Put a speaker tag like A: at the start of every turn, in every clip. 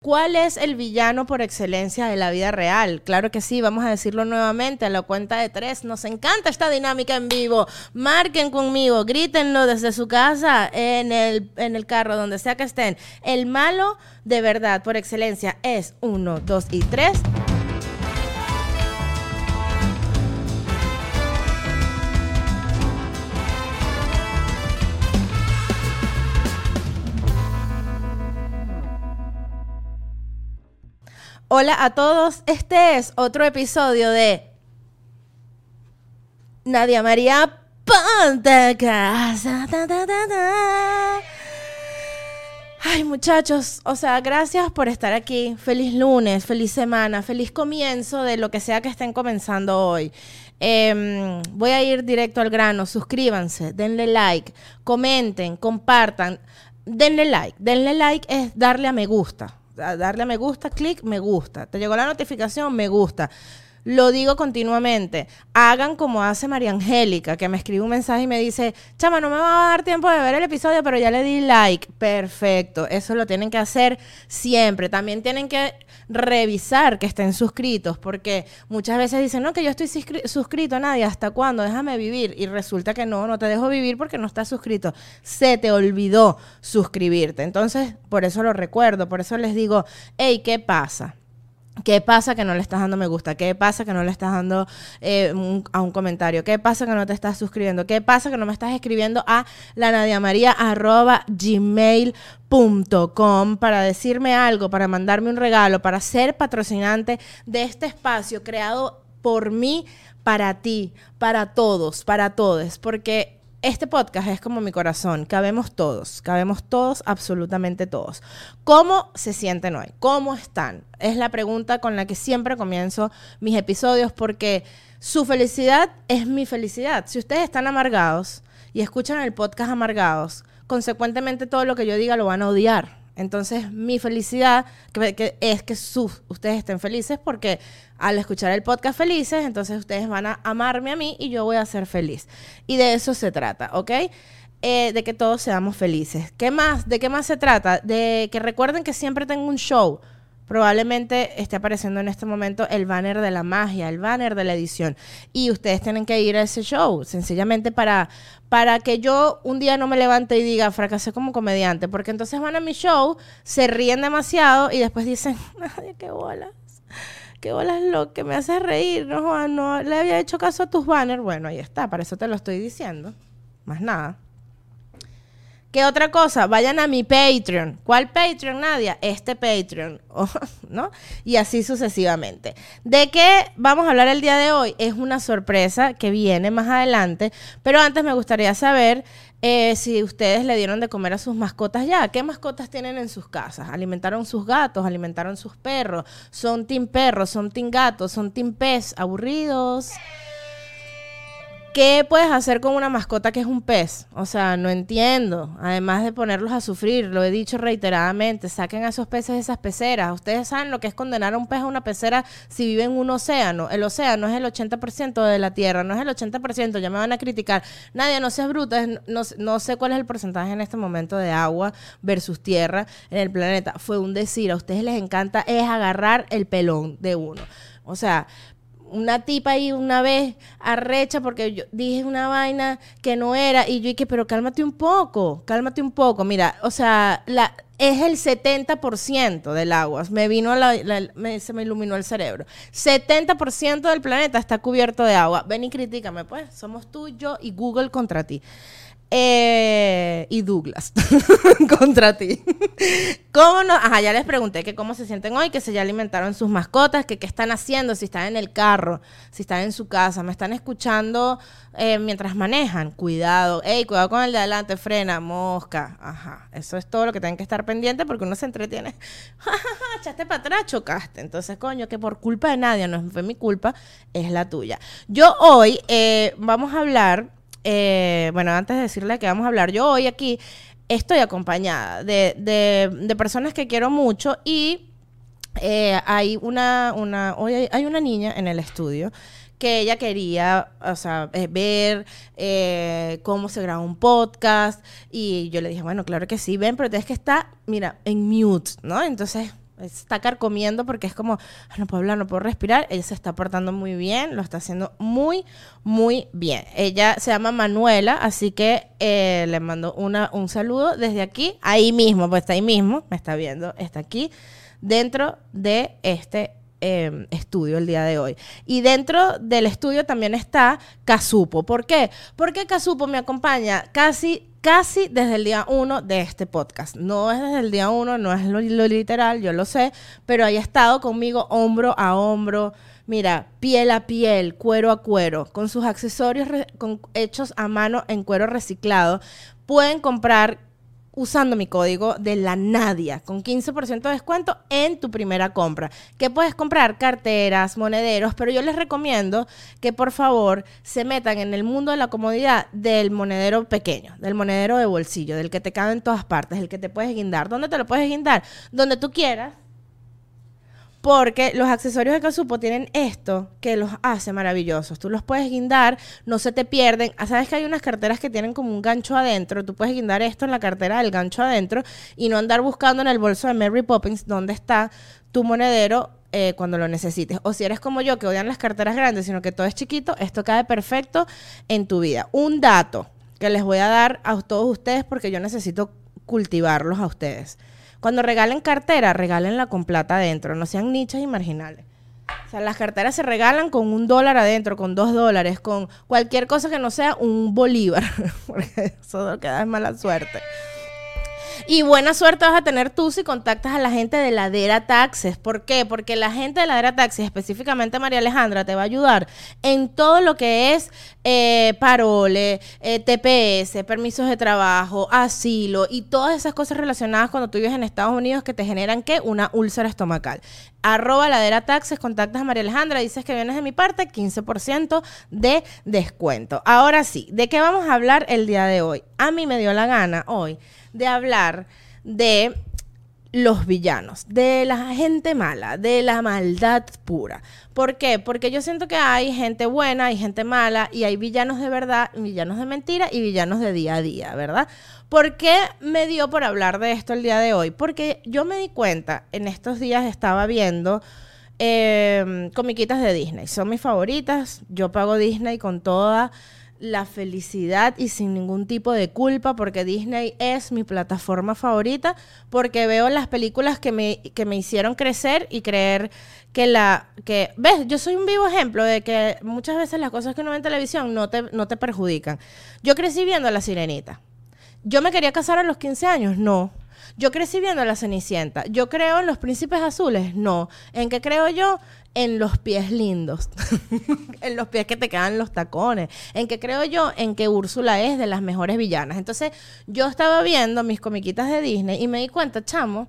A: ¿Cuál es el villano por excelencia de la vida real? Claro que sí, vamos a decirlo nuevamente a la cuenta de 3. Nos encanta esta dinámica en vivo. Marquen conmigo, grítenlo desde su casa, en el carro, donde sea que estén. El malo de verdad por excelencia es 1, 2 y 3. Hola a todos, este es otro episodio de Nadia María Ponte a Casa. Ay, muchachos, o sea, gracias por estar aquí. Feliz lunes, feliz semana, feliz comienzo de lo que sea que estén comenzando hoy. Voy a ir directo al grano. Suscríbanse, denle like, comenten, compartan. Denle like. Denle like es darle a me gusta. Darle a me gusta, clic, me gusta. ¿Te llegó la notificación? Me gusta. Lo digo continuamente. Hagan como hace María Angélica, que me escribe un mensaje y me dice, chama, no me va a dar tiempo de ver el episodio, pero ya le di like. Perfecto. Eso lo tienen que hacer siempre. También tienen que revisar que estén suscritos, porque muchas veces dicen, no, que yo estoy suscrito a nadie. ¿Hasta cuándo? Déjame vivir. Y resulta que no te dejo vivir porque no estás suscrito. Se te olvidó suscribirte. Entonces, por eso lo recuerdo. Por eso les digo, hey, ¿qué pasa? ¿Qué pasa que no le estás dando me gusta? ¿Qué pasa que no le estás dando a un comentario? ¿Qué pasa que no te estás suscribiendo? ¿Qué pasa que no me estás escribiendo a lanadiamaria@gmail.com para decirme algo, para mandarme un regalo, para ser patrocinante de este espacio creado por mí, para ti, para todos, para todes? Porque este podcast es como mi corazón, cabemos todos, absolutamente todos. ¿Cómo se sienten hoy? ¿Cómo están? Es la pregunta con la que siempre comienzo mis episodios, porque su felicidad es mi felicidad. Si ustedes están amargados y escuchan el podcast amargados, consecuentemente todo lo que yo diga lo van a odiar. Entonces, mi felicidad es que ustedes estén felices, porque al escuchar el podcast felices, entonces ustedes van a amarme a mí y yo voy a ser feliz. Y de eso se trata, ¿ok? De que todos seamos felices. ¿Qué más? ¿De qué más se trata? De que recuerden que siempre tengo un show. Probablemente esté apareciendo en este momento el banner de la magia, el banner de la edición. Y ustedes tienen que ir a ese show, sencillamente para que yo un día no me levante y diga, fracasé como comediante. Porque entonces van a mi show, se ríen demasiado y después dicen, ay, qué bolas. Qué bolas lo que me hace reír. No le había hecho caso a tus banners. Bueno, ahí está, para eso te lo estoy diciendo. Más nada. ¿Qué otra cosa? Vayan a mi Patreon. ¿Cuál Patreon, Nadia? Este Patreon, ¿no? Y así sucesivamente. ¿De qué vamos a hablar el día de hoy? Es una sorpresa que viene más adelante, pero antes me gustaría saber si ustedes le dieron de comer a sus mascotas ya. ¿Qué mascotas tienen en sus casas? ¿Alimentaron sus gatos? ¿Alimentaron sus perros? ¿Son team perros? ¿Son team gatos? ¿Son team pez? ¿Aburridos? ¿Qué puedes hacer con una mascota que es un pez? O sea, no entiendo. Además de ponerlos a sufrir, lo he dicho reiteradamente, saquen a esos peces de esas peceras. Ustedes saben lo que es condenar a un pez a una pecera si vive en un océano. El océano es el 80% de la tierra, no es el 80%, ya me van a criticar. Nadia, no seas bruta, no sé cuál es el porcentaje en este momento de agua versus tierra en el planeta. Fue un decir, a ustedes les encanta es agarrar el pelón de uno. O sea, una tipa ahí una vez arrecha porque yo dije una vaina que no era y yo dije, pero cálmate un poco. Mira, o sea, es el 70% del agua. Se me iluminó el cerebro. 70% del planeta está cubierto de agua. Ven y critícame, pues. Somos tú, yo y Google contra ti. Y Douglas contra ti. ¿Cómo no? Ajá, ya les pregunté que cómo se sienten hoy, que si ya alimentaron sus mascotas, que qué están haciendo, si están en el carro, si están en su casa, me están escuchando mientras manejan. Cuidado con el de adelante, frena, mosca. Ajá, eso es todo lo que tienen que estar pendiente, porque uno se entretiene. Echaste para atrás, chocaste. Entonces, coño, que por culpa de nadie, no fue mi culpa, es la tuya. Yo hoy vamos a hablar. Bueno, antes de decirle que vamos a hablar, yo hoy aquí estoy acompañada de personas que quiero mucho y hay hay una niña en el estudio que ella quería, o sea, ver cómo se graba un podcast, y yo le dije, bueno, claro que sí, ven, pero tienes que estar, mira, en mute, ¿no? Entonces está carcomiendo porque es como, no puedo hablar, no puedo respirar. Ella se está portando muy bien, lo está haciendo muy, muy bien. Ella se llama Manuela, así que le mando un saludo desde aquí, ahí mismo, pues está ahí mismo, me está viendo, está aquí, dentro de este estudio el día de hoy. Y dentro del estudio también está Casupo. ¿Por qué? Porque Casupo me acompaña casi desde el día 1 de este podcast. No es desde el día 1, no es lo literal, yo lo sé, pero haya estado conmigo hombro a hombro, mira, piel a piel, cuero a cuero, con sus accesorios hechos a mano en cuero reciclado. Pueden comprar usando mi código de la Nadia con 15% de descuento en tu primera compra. ¿Qué puedes comprar? Carteras, monederos, pero yo les recomiendo que por favor se metan en el mundo de la comodidad del monedero pequeño, del monedero de bolsillo, del que te cabe en todas partes, el que te puedes guindar. ¿Dónde te lo puedes guindar? Donde tú quieras. Porque los accesorios de Casupo tienen esto que los hace maravillosos. Tú los puedes guindar, no se te pierden. ¿Sabes que hay unas carteras que tienen como un gancho adentro? Tú puedes guindar esto en la cartera del gancho adentro y no andar buscando en el bolso de Mary Poppins dónde está tu monedero cuando lo necesites. O si eres como yo, que odian las carteras grandes, sino que todo es chiquito, esto cae perfecto en tu vida. Un dato que les voy a dar a todos ustedes porque yo necesito cultivarlos a ustedes. Cuando regalen cartera, regálenla con plata adentro, no sean nichas y marginales. O sea, las carteras se regalan con $1 adentro, con $2, con cualquier cosa que no sea un bolívar, porque eso lo que da es mala suerte. Y buena suerte vas a tener tú si contactas a la gente de Ladera Taxes. ¿Por qué? Porque la gente de Ladera Taxes, específicamente María Alejandra, te va a ayudar en todo lo que es parole, TPS, permisos de trabajo, asilo y todas esas cosas relacionadas cuando tú vives en Estados Unidos que te generan, ¿qué? Una úlcera estomacal. @Ladera Taxes, contactas a María Alejandra, dices que vienes de mi parte, 15% de descuento. Ahora sí, ¿de qué vamos a hablar el día de hoy? A mí me dio la gana hoy de hablar de los villanos, de la gente mala, de la maldad pura. ¿Por qué? Porque yo siento que hay gente buena, hay gente mala y hay villanos de verdad, villanos de mentira y villanos de día a día, ¿verdad? ¿Por qué me dio por hablar de esto el día de hoy? Porque yo me di cuenta, en estos días estaba viendo comiquitas de Disney, son mis favoritas, yo pago Disney con toda la felicidad y sin ningún tipo de culpa porque Disney es mi plataforma favorita porque veo las películas que me hicieron crecer y creer ves, yo soy un vivo ejemplo de que muchas veces las cosas que uno ve en televisión no te perjudican. Yo crecí viendo La Sirenita. ¿Yo me quería casar a los 15 años? No. ¿Yo crecí viendo La Cenicienta? ¿Yo creo en los príncipes azules? No. ¿En qué creo yo? En los pies lindos. En los pies que te quedan los tacones. ¿En qué creo yo? En que Úrsula es de las mejores villanas. Entonces, yo estaba viendo mis comiquitas de Disney y me di cuenta,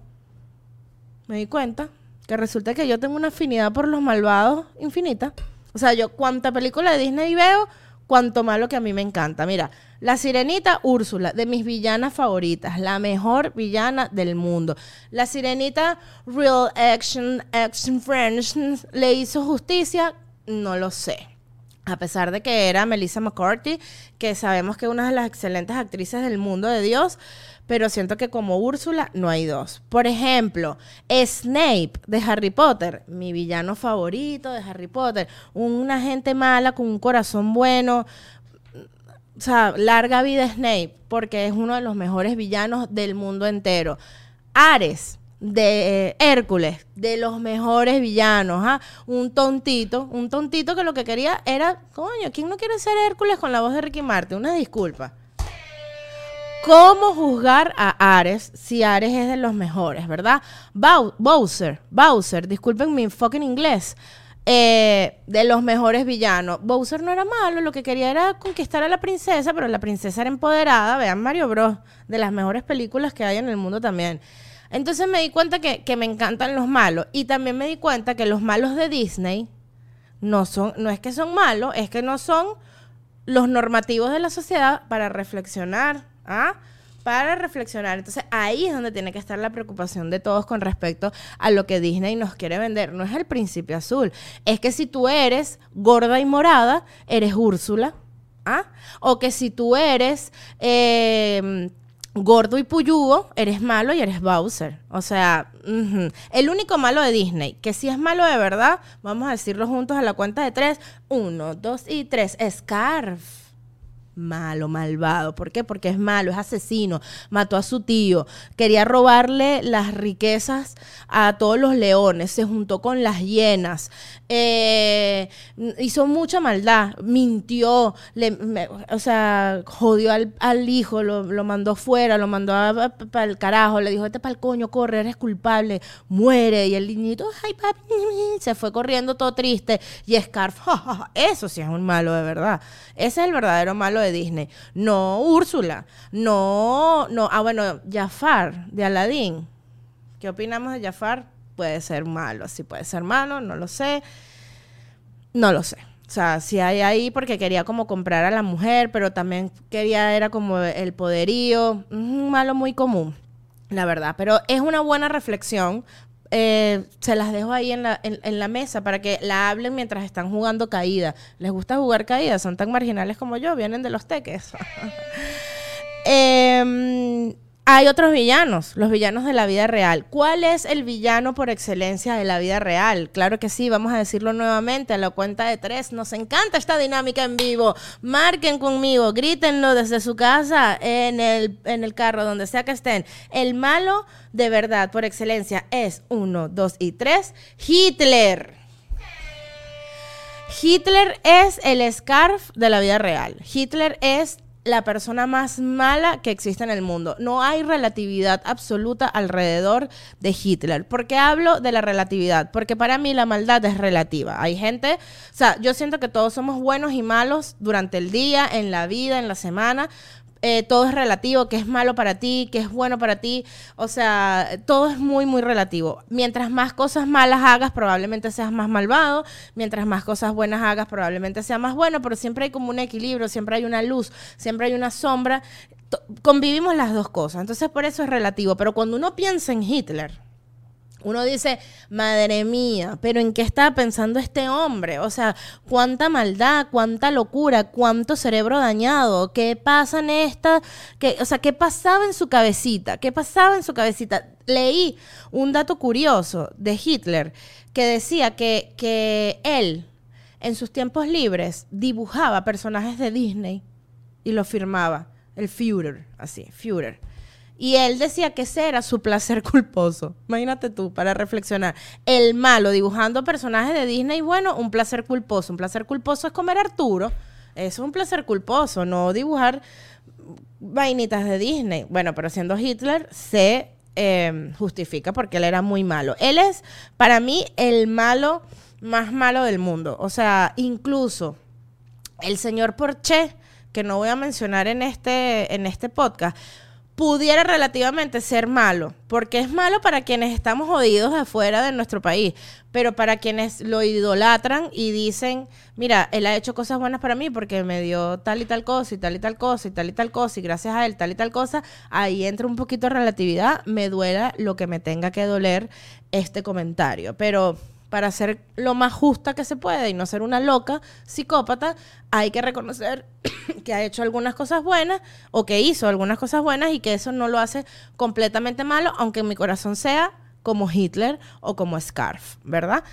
A: que resulta que yo tengo una afinidad por los malvados infinita. O sea, yo cuánta película de Disney veo, cuanto malo que a mí me encanta. Mira, La Sirenita, Úrsula, de mis villanas favoritas, la mejor villana del mundo. La Sirenita, Real Action French, ¿le hizo justicia? No lo sé. A pesar de que era Melissa McCarthy, que sabemos que es una de las excelentes actrices del mundo de Dios, pero siento que como Úrsula no hay dos. Por ejemplo, Snape de Harry Potter, mi villano favorito de Harry Potter, una gente mala con un corazón bueno. O sea, larga vida Snape, porque es uno de los mejores villanos del mundo entero. Ares de Hércules, de los mejores villanos, ¿ah? Un tontito que lo que quería era, coño, ¿quién no quiere ser Hércules con la voz de Ricky Martin? Una disculpa. ¿Cómo juzgar a Ares si Ares es de los mejores, verdad? Bowser, disculpen mi fucking inglés, de los mejores villanos. Bowser no era malo, lo que quería era conquistar a la princesa, pero la princesa era empoderada. Vean Mario Bros, de las mejores películas que hay en el mundo también. Entonces me di cuenta que me encantan los malos y también me di cuenta que los malos de Disney no es que son malos, es que no son los normativos de la sociedad para reflexionar. Para reflexionar. Entonces ahí es donde tiene que estar la preocupación de todos con respecto a lo que Disney nos quiere vender. No es el príncipe azul, es que si tú eres gorda y morada, eres Úrsula. O que si tú eres gordo y puyugo, eres malo y eres Bowser. O sea, el único malo de Disney, que sí es malo de verdad, vamos a decirlo juntos a la cuenta de 3. 1, 2 y 3. Scarf. Malo, malvado. ¿Por qué? Porque es malo, es asesino. Mató a su tío. Quería robarle las riquezas a todos los leones. Se juntó con las hienas. Hizo mucha maldad. Mintió. O sea, jodió al hijo. Lo mandó fuera. Lo mandó para el carajo. Le dijo, vete para el coño, corre, eres culpable. Muere. Y el niñito, ay, papi, se fue corriendo todo triste. Y Scarf, eso sí es un malo de verdad. Ese es el verdadero malo de Disney. No Úrsula. No. Bueno, Jafar de Aladdin. ¿Qué opinamos de Jafar? Puede ser malo. Sí puede ser malo, no lo sé. No lo sé. O sea, si hay ahí porque quería como comprar a la mujer, pero también era como el poderío. Un malo muy común, la verdad. Pero es una buena reflexión. Se las dejo ahí en la mesa para que la hablen mientras están jugando caída. ¿Les gusta jugar caída? Son tan marginales como yo, vienen de los teques. Hay otros villanos, los villanos de la vida real. ¿Cuál es el villano por excelencia de la vida real? Claro que sí, vamos a decirlo nuevamente a la cuenta de 3. Nos encanta esta dinámica en vivo. Marquen conmigo, grítenlo desde su casa, en el carro, donde sea que estén. El malo de verdad por excelencia es 1, 2 y 3. Hitler. Hitler es el Scarf de la vida real. Hitler es la persona más mala que existe en el mundo. No hay relatividad absoluta alrededor de Hitler. ¿Por qué hablo de la relatividad? Porque para mí la maldad es relativa. Hay gente, o sea, yo siento que todos somos buenos y malos durante el día, en la vida, en la semana. Todo es relativo, qué es malo para ti, qué es bueno para ti. O sea, todo es muy, muy relativo. Mientras más cosas malas hagas, probablemente seas más malvado. Mientras más cosas buenas hagas, probablemente seas más bueno. Pero siempre hay como un equilibrio, siempre hay una luz, siempre hay una sombra. Convivimos las dos cosas. Entonces, por eso es relativo. Pero cuando uno piensa en Hitler, uno dice, madre mía, pero ¿en qué estaba pensando este hombre? O sea, cuánta maldad, cuánta locura, cuánto cerebro dañado, ¿qué pasa en qué pasaba en su cabecita? ¿Qué pasaba en su cabecita? Leí un dato curioso de Hitler que decía que él, en sus tiempos libres, dibujaba personajes de Disney y los firmaba. El Führer, así, Führer. Y él decía que ese era su placer culposo. Imagínate tú, para reflexionar. El malo dibujando personajes de Disney, bueno, un placer culposo. Un placer culposo es comer Arturo. Eso es un placer culposo, no dibujar vainitas de Disney. Bueno, pero siendo Hitler, se justifica porque él era muy malo. Él es, para mí, el malo más malo del mundo. O sea, incluso el señor Porché, que no voy a mencionar en este podcast, pudiera relativamente ser malo, porque es malo para quienes estamos jodidos afuera de nuestro país, pero para quienes lo idolatran y dicen, mira, él ha hecho cosas buenas para mí porque me dio tal y tal cosa y tal y tal cosa y tal y tal cosa y gracias a él tal y tal cosa, ahí entra un poquito de relatividad, me duela lo que me tenga que doler este comentario, pero para ser lo más justa que se puede y no ser una loca psicópata, hay que reconocer que ha hecho algunas cosas buenas o que hizo algunas cosas buenas y que eso no lo hace completamente malo, aunque en mi corazón sea como Hitler o como Scarf, ¿verdad?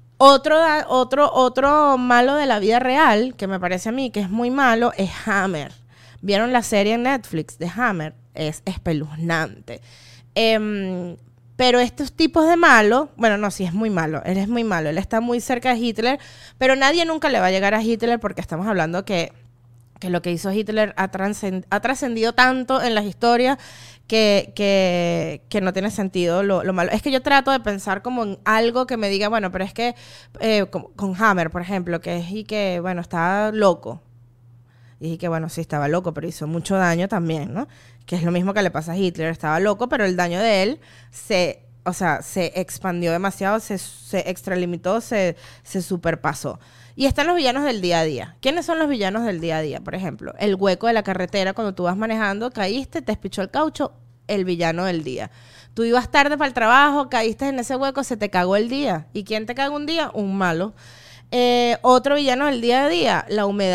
A: Otro malo de la vida real, que me parece a mí que es muy malo, es Hammer. ¿Vieron la serie en Netflix de Hammer? Es espeluznante. Pero estos tipos de malos, bueno, no, sí es muy malo, él es muy malo, él está muy cerca de Hitler, pero nadie nunca le va a llegar a Hitler porque estamos hablando que lo que hizo Hitler ha trascendido tanto en las historias que no tiene sentido lo malo. Es que yo trato de pensar como en algo que me diga, bueno, pero es que con Hammer, por ejemplo, que es y que, bueno, estaba loco. Y dije que, bueno, sí, estaba loco, pero hizo mucho daño también, ¿no? Que es lo mismo que le pasa a Hitler. Estaba loco, pero el daño de él se expandió demasiado, se extralimitó, se superpasó. Y están los villanos del día a día. ¿Quiénes son los villanos del día a día? Por ejemplo, el hueco de la carretera, cuando tú vas manejando, caíste, te espichó el caucho, el villano del día. Tú ibas tarde para el trabajo, caíste en ese hueco, se te cagó el día. ¿Y quién te caga un día? Un malo. Otro villano del día a día, la humedad.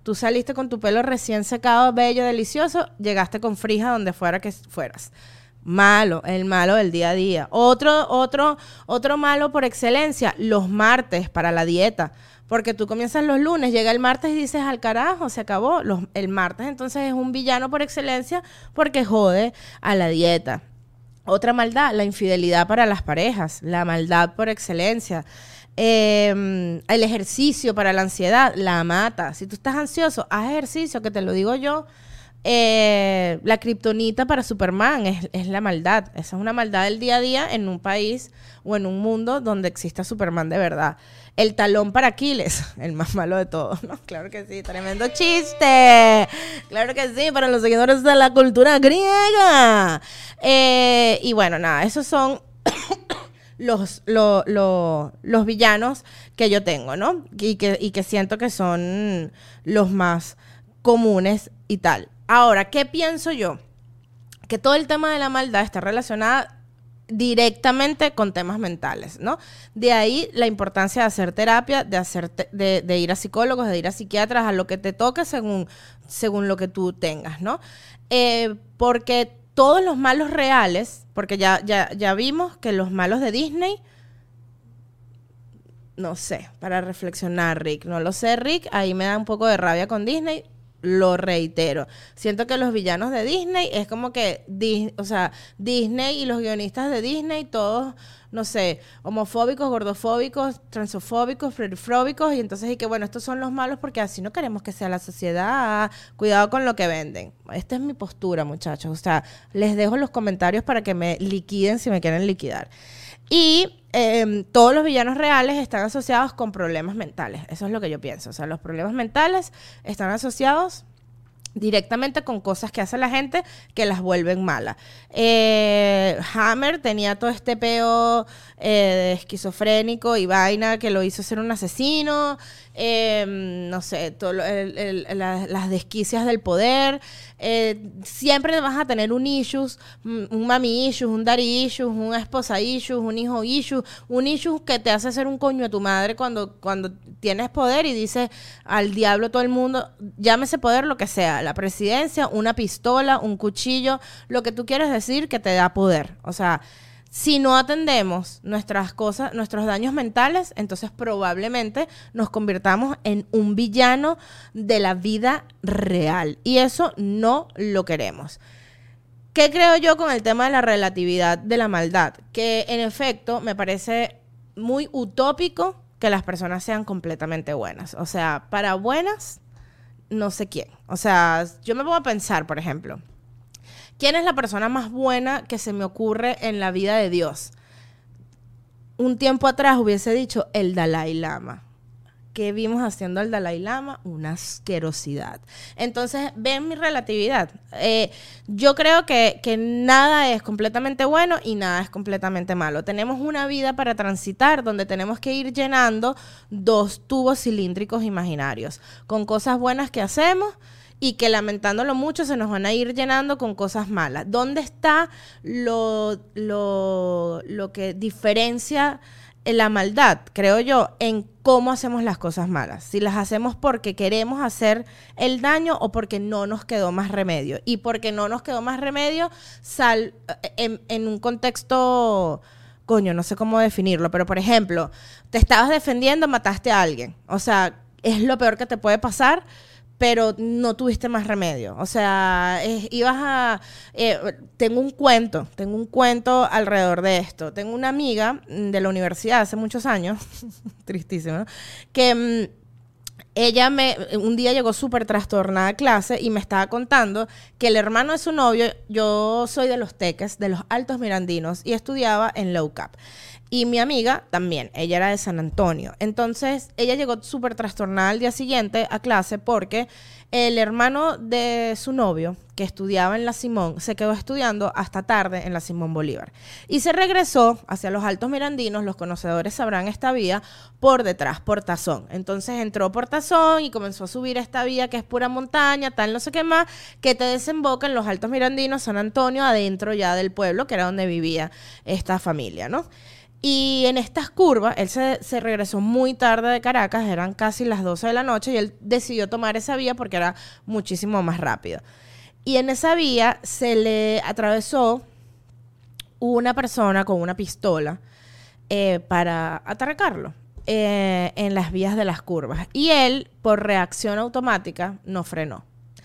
A: tú saliste con tu pelo recién secado, bello, delicioso, llegaste con frija donde fuera que fueras. Malo, el malo del día a día. Otro malo por excelencia, los martes para la dieta. Porque tú comienzas los lunes, llega el martes y dices, al carajo, se acabó. El martes entonces es un villano por excelencia porque jode a la dieta. Otra maldad, la infidelidad para las parejas, la maldad por excelencia. El ejercicio para la ansiedad, la mata. Si tú estás ansioso, haz ejercicio, que te lo digo yo. La kriptonita para Superman es la maldad. Esa es una maldad del día a día en un país o en un mundo donde exista Superman de verdad. El talón para Aquiles, el más malo de todos, ¿no? Claro que sí, tremendo chiste. Claro que sí, para los seguidores de la cultura griega. Y bueno, nada, esos son los villanos que yo tengo, ¿no? Y que siento que son los más comunes y tal. Ahora, ¿qué pienso yo? Que todo el tema de la maldad está relacionada directamente con temas mentales, ¿no? De ahí la importancia de hacer terapia, de ir a psicólogos, de ir a psiquiatras, a lo que te toque según lo que tú tengas, ¿no? Porque todos los malos reales, porque ya vimos que los malos de Disney, no sé, para reflexionar, Rick, no lo sé, Rick, ahí me da un poco de rabia con Disney. Lo reitero. Siento que los villanos de Disney es como que, Disney y los guionistas de Disney, todos, no sé, homofóbicos, gordofóbicos, transofóbicos, frerifóbicos, y entonces, y que bueno, estos son los malos porque así no queremos que sea la sociedad. Cuidado con lo que venden. Esta es mi postura, muchachos. O sea, les dejo los comentarios para que me liquiden si me quieren liquidar. Y todos los villanos reales están asociados con problemas mentales. Eso es lo que yo pienso. O sea, los problemas mentales están asociados directamente con cosas que hace la gente que las vuelven malas. Hammer tenía todo este peo esquizofrénico y vaina que lo hizo ser un asesino. No sé, las desquicias del poder. Siempre vas a tener un issues, un mami issues, un daddy issues, un esposa issues, un hijo issues, un issues que te hace ser un coño de tu madre cuando tienes poder y dices al diablo todo el mundo, llámese poder lo que sea, la presidencia, una pistola, un cuchillo, lo que tú quieres decir que te da poder. O sea, si no atendemos nuestras cosas, nuestros daños mentales, entonces probablemente nos convirtamos en un villano de la vida real. Y eso no lo queremos. ¿Qué creo yo con el tema de la relatividad de la maldad? Que en efecto me parece muy utópico que las personas sean completamente buenas. O sea, para buenas, no sé quién. O sea, yo me pongo a pensar, por ejemplo, ¿quién es la persona más buena que se me ocurre en la vida de Dios? Un tiempo atrás hubiese dicho el Dalai Lama. ¿Qué vimos haciendo al Dalai Lama? Una asquerosidad. Entonces, ven mi relatividad. Yo creo que nada es completamente bueno y nada es completamente malo. Tenemos una vida para transitar donde tenemos que ir llenando 2 tubos cilíndricos imaginarios con cosas buenas que hacemos y que lamentándolo mucho se nos van a ir llenando con cosas malas. ¿Dónde está lo que diferencia la maldad, creo yo, en cómo hacemos las cosas malas? Si las hacemos porque queremos hacer el daño o porque no nos quedó más remedio. Y porque no nos quedó más remedio, en un contexto, coño, no sé cómo definirlo, pero por ejemplo, te estabas defendiendo, mataste a alguien. O sea, es lo peor que te puede pasar, pero no tuviste más remedio. O sea, tengo un cuento alrededor de esto. Tengo una amiga de la universidad hace muchos años, tristísimo, ¿no? Que ella un día llegó súper trastornada a clase y me estaba contando que el hermano de su novio, yo soy de los Teques, de los Altos Mirandinos, y estudiaba en la UCAP. Y mi amiga también, ella era de San Antonio. Entonces, ella llegó súper trastornada al día siguiente a clase porque el hermano de su novio, que estudiaba en la Simón, se quedó estudiando hasta tarde en la Simón Bolívar. Y se regresó hacia los Altos Mirandinos, los conocedores sabrán esta vía, por detrás, por Tazón. Entonces entró por Tazón y comenzó a subir esta vía que es pura montaña, tal no sé qué más, que te desemboca en los Altos Mirandinos, San Antonio, adentro ya del pueblo, que era donde vivía esta familia, ¿no? Y en estas curvas, él se regresó muy tarde de Caracas, eran casi las 12 de la noche, y él decidió tomar esa vía porque era muchísimo más rápido. Y en esa vía se le atravesó una persona con una pistola para atracarlo en las vías de las curvas. Y él, por reacción automática, no frenó.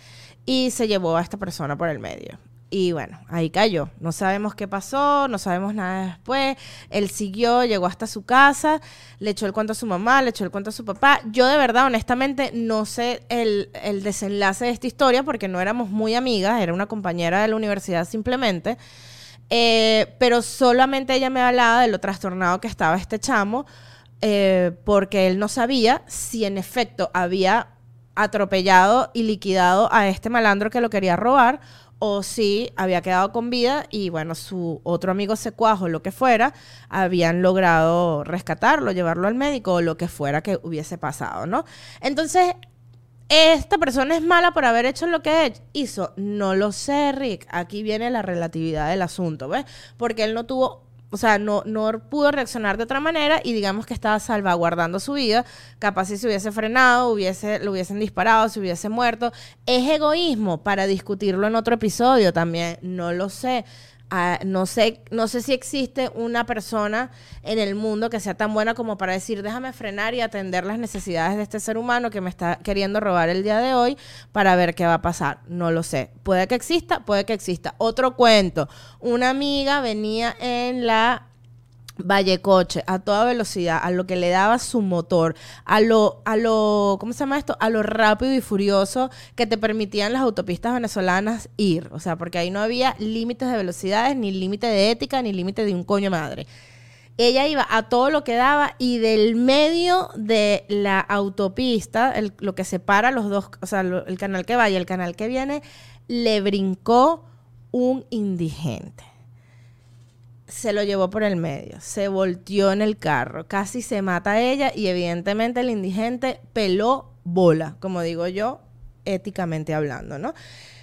A: Y se llevó a esta persona por el medio. Y bueno, ahí cayó. No sabemos qué pasó, no sabemos nada después. Él siguió, llegó hasta su casa, le echó el cuento a su mamá, le echó el cuento a su papá. Yo de verdad, honestamente, no sé el desenlace de esta historia porque no éramos muy amigas, era una compañera de la universidad simplemente. Pero solamente ella me hablaba de lo trastornado que estaba este chamo, porque él no sabía si en efecto había atropellado y liquidado a este malandro que lo quería robar, o si había quedado con vida y, bueno, su otro amigo secuajo, lo que fuera, habían logrado rescatarlo, llevarlo al médico o lo que fuera que hubiese pasado, ¿no? Entonces, ¿esta persona es mala por haber hecho lo que hizo? No lo sé, Rick. Aquí viene la relatividad del asunto, ¿ves? Porque él no tuvo... O sea, no pudo reaccionar de otra manera y digamos que estaba salvaguardando su vida. Capaz si se hubiese frenado, lo hubiesen disparado, se hubiese muerto. ¿Es egoísmo? Para discutirlo en otro episodio también. No lo sé. No sé si existe una persona en el mundo que sea tan buena como para decir, déjame frenar y atender las necesidades de este ser humano que me está queriendo robar el día de hoy para ver qué va a pasar. No lo sé. Puede que exista, puede que exista. Otro cuento. Una amiga venía en la Vallecoche a toda velocidad, a lo que le daba su motor, a lo, ¿cómo se llama esto? A lo rápido y furioso que te permitían las autopistas venezolanas ir, o sea, porque ahí no había límites de velocidades, ni límite de ética, ni límite de un coño madre. Ella iba a todo lo que daba y del medio de la autopista, lo que separa los dos, o sea, el canal que va y el canal que viene, le brincó un indigente. Se lo llevó por el medio, se volteó en el carro, casi se mata a ella y evidentemente el indigente peló bola, como digo yo, éticamente hablando, ¿no?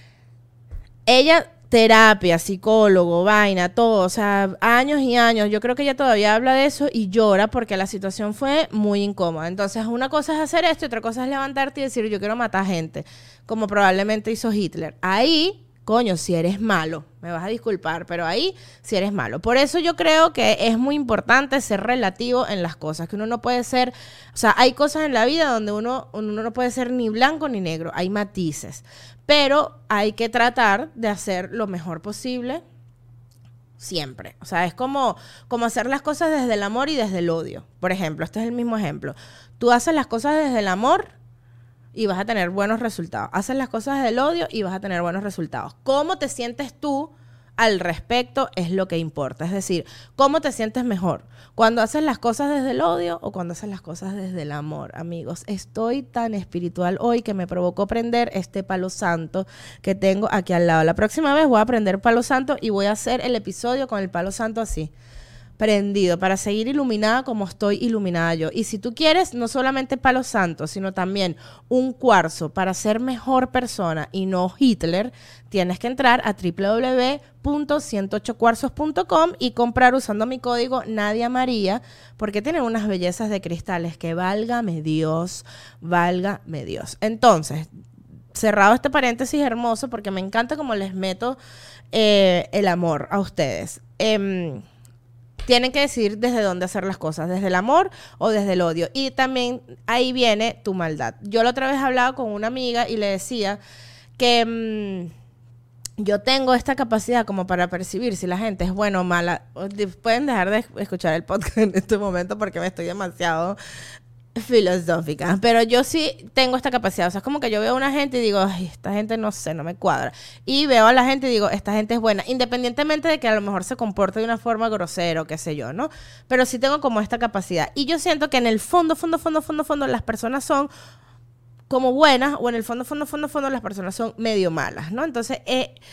A: Ella, terapia, psicólogo, vaina, todo, o sea, años y años. Yo creo que ella todavía habla de eso y llora porque la situación fue muy incómoda. Entonces, una cosa es hacer esto y otra cosa es levantarte y decir, yo quiero matar gente, como probablemente hizo Hitler. Ahí... coño, si eres malo, me vas a disculpar, pero ahí si eres malo. Por eso yo creo que es muy importante ser relativo en las cosas, que uno no puede ser, o sea, hay cosas en la vida donde uno no puede ser ni blanco ni negro, hay matices, pero hay que tratar de hacer lo mejor posible siempre. O sea, es como hacer las cosas desde el amor y desde el odio. Por ejemplo, este es el mismo ejemplo. Tú haces las cosas desde el amor y vas a tener buenos resultados. Haces las cosas del odio y vas a tener buenos resultados. ¿Cómo te sientes tú al respecto? Es lo que importa. Es decir, ¿cómo te sientes mejor? ¿Cuando haces las cosas desde el odio o cuando haces las cosas desde el amor? Amigos, estoy tan espiritual hoy que me provocó prender este palo santo que tengo aquí al lado. La próxima vez voy a prender palo santo y voy a hacer el episodio con el palo santo así, prendido, para seguir iluminada como estoy iluminada yo. Y si tú quieres no solamente palo santo, sino también un cuarzo para ser mejor persona y no Hitler, tienes que entrar a www.108cuarzos.com y comprar usando mi código Nadia María, porque tienen unas bellezas de cristales que válgame Dios, válgame Dios. Entonces, cerrado este paréntesis hermoso, porque me encanta cómo les meto el amor a ustedes. Tienen que decidir desde dónde hacer las cosas, desde el amor o desde el odio. Y también ahí viene tu maldad. Yo la otra vez hablaba con una amiga y le decía que yo tengo esta capacidad como para percibir si la gente es buena o mala. Pueden dejar de escuchar el podcast en este momento porque me estoy demasiado filosófica, pero yo sí tengo esta capacidad. O sea, es como que yo veo a una gente y digo, ay, esta gente no sé, no me cuadra, y veo a la gente y digo, esta gente es buena, independientemente de que a lo mejor se comporte de una forma grosera o qué sé yo, ¿no? Pero sí tengo como esta capacidad, y yo siento que en el fondo las personas son como buenas, o en el fondo las personas son medio malas, ¿no? Entonces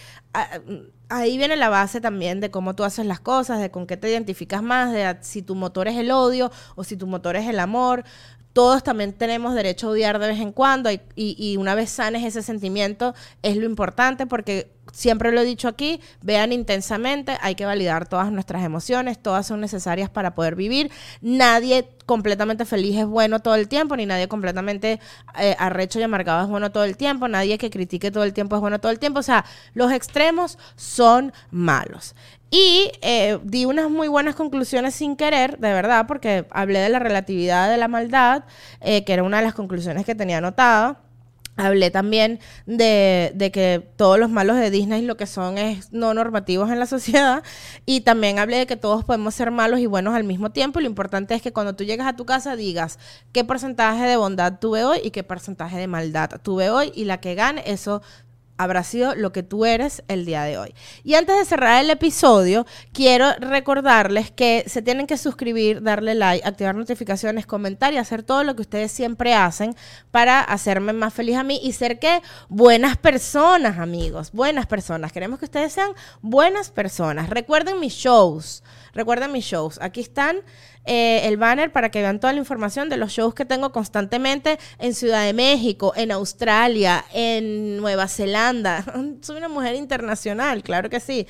A: ahí viene la base también de cómo tú haces las cosas, de con qué te identificas más, de si tu motor es el odio o si tu motor es el amor. todos también tenemos derecho a odiar de vez en cuando y una vez sanes ese sentimiento es lo importante, porque siempre lo he dicho aquí, vean intensamente, hay que validar todas nuestras emociones, todas son necesarias para poder vivir. Nadie completamente feliz es bueno todo el tiempo, ni nadie completamente arrecho y amargado es bueno todo el tiempo, nadie que critique todo el tiempo es bueno todo el tiempo. O sea, los extremos son malos. Y di unas muy buenas conclusiones sin querer, de verdad, porque hablé de la relatividad de la maldad, que era una de las conclusiones que tenía anotada. Hablé también de que todos los malos de Disney lo que son es no normativos en la sociedad, y también hablé de que todos podemos ser malos y buenos al mismo tiempo, y lo importante es que cuando tú llegas a tu casa digas qué porcentaje de bondad tuve hoy y qué porcentaje de maldad tuve hoy, y la que gane, eso habrá sido lo que tú eres el día de hoy. Y antes de cerrar el episodio, quiero recordarles que se tienen que suscribir, darle like, activar notificaciones, comentar y hacer todo lo que ustedes siempre hacen para hacerme más feliz a mí y ser que buenas personas, amigos, buenas personas. Queremos que ustedes sean buenas personas. Recuerden mis shows. Aquí están el banner para que vean toda la información de los shows que tengo constantemente en Ciudad de México, en Australia, en Nueva Zelanda. Soy una mujer internacional, claro que sí.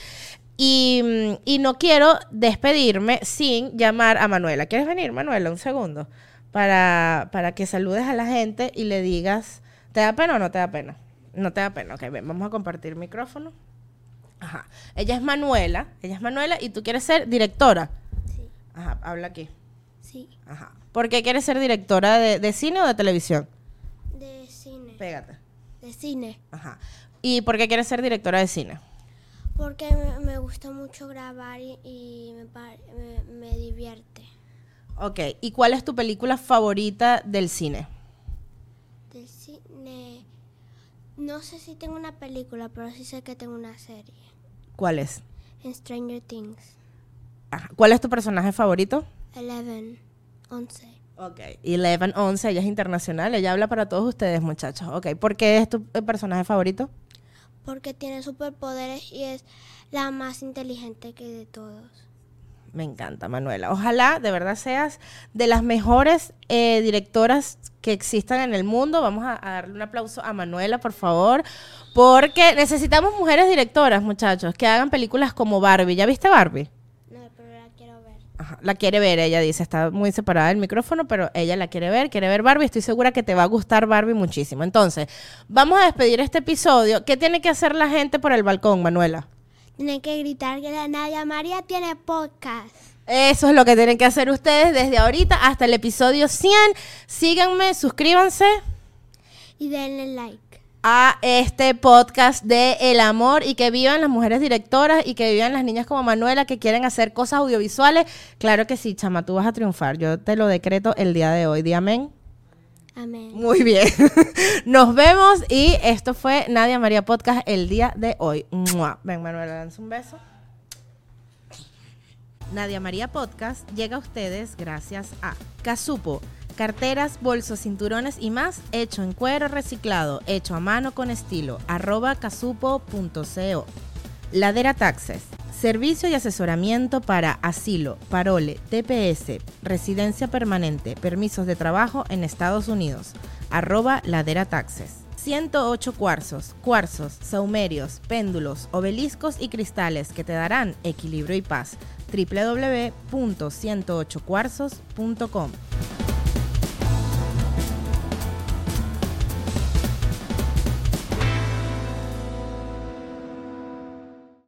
A: Y no quiero despedirme sin llamar a Manuela. ¿Quieres venir, Manuela, un segundo? Para que saludes a la gente y le digas, ¿te da pena o no te da pena? No te da pena. Ok, ven, vamos a compartir micrófono. Ajá. Ella es Manuela y tú quieres ser directora.
B: Sí.
A: Ajá, habla aquí.
B: Sí.
A: Ajá. ¿Por qué quieres ser directora de cine o de televisión?
B: De cine.
A: Pégate.
B: De cine.
A: Ajá. ¿Y por qué quieres ser directora de cine?
B: Porque me gusta mucho grabar y me divierte.
A: Ok. ¿Y cuál es tu película favorita del cine?
B: Del cine. No sé si tengo una película, pero sí sé que tengo una serie.
A: ¿Cuál es?
B: En Stranger Things.
A: Ajá. ¿Cuál es tu personaje favorito?
B: 11.
A: Ok. 11, ella es internacional, ella habla para todos ustedes, muchachos. Ok. ¿Por qué es tu personaje favorito?
B: Porque tiene superpoderes y es la más inteligente que de todos.
A: Me encanta, Manuela. Ojalá de verdad seas de las mejores directoras que existan en el mundo. Vamos a darle un aplauso a Manuela, por favor, porque necesitamos mujeres directoras, muchachos, que hagan películas como Barbie. ¿Ya viste Barbie?
B: No, pero la quiero ver.
A: Ajá, la quiere ver, ella dice, está muy separada del micrófono, pero ella la quiere ver Barbie. Estoy segura que te va a gustar Barbie muchísimo. Entonces, vamos a despedir este episodio. ¿Qué tiene que hacer la gente por el balcón, Manuela?
B: Tienen que gritar que la Nadia María tiene podcast.
A: Eso es lo que tienen que hacer ustedes desde ahorita hasta el episodio 100. Síganme, suscríbanse
B: Y denle like.
A: a este podcast de El Amor, y que vivan las mujeres directoras y que vivan las niñas como Manuela que quieren hacer cosas audiovisuales. Claro que sí, chama, tú vas a triunfar. Yo te lo decreto el día de hoy. Di amén.
B: Amén.
A: Muy bien. Nos vemos y esto fue Nadia María Podcast el día de hoy. ¡Mua! Ven, Manuela, lanza un beso. Nadia María Podcast llega a ustedes gracias a Casupo, carteras, bolsos, cinturones y más, hecho en cuero reciclado, hecho a mano con estilo, @casupo.co. Ladera Taxes, servicio y asesoramiento para asilo, parole, TPS, residencia permanente, permisos de trabajo en Estados Unidos, @Ladera Taxes. 108 cuarzos, saumerios, péndulos, obeliscos y cristales que te darán equilibrio y paz. www.108cuarzos.com.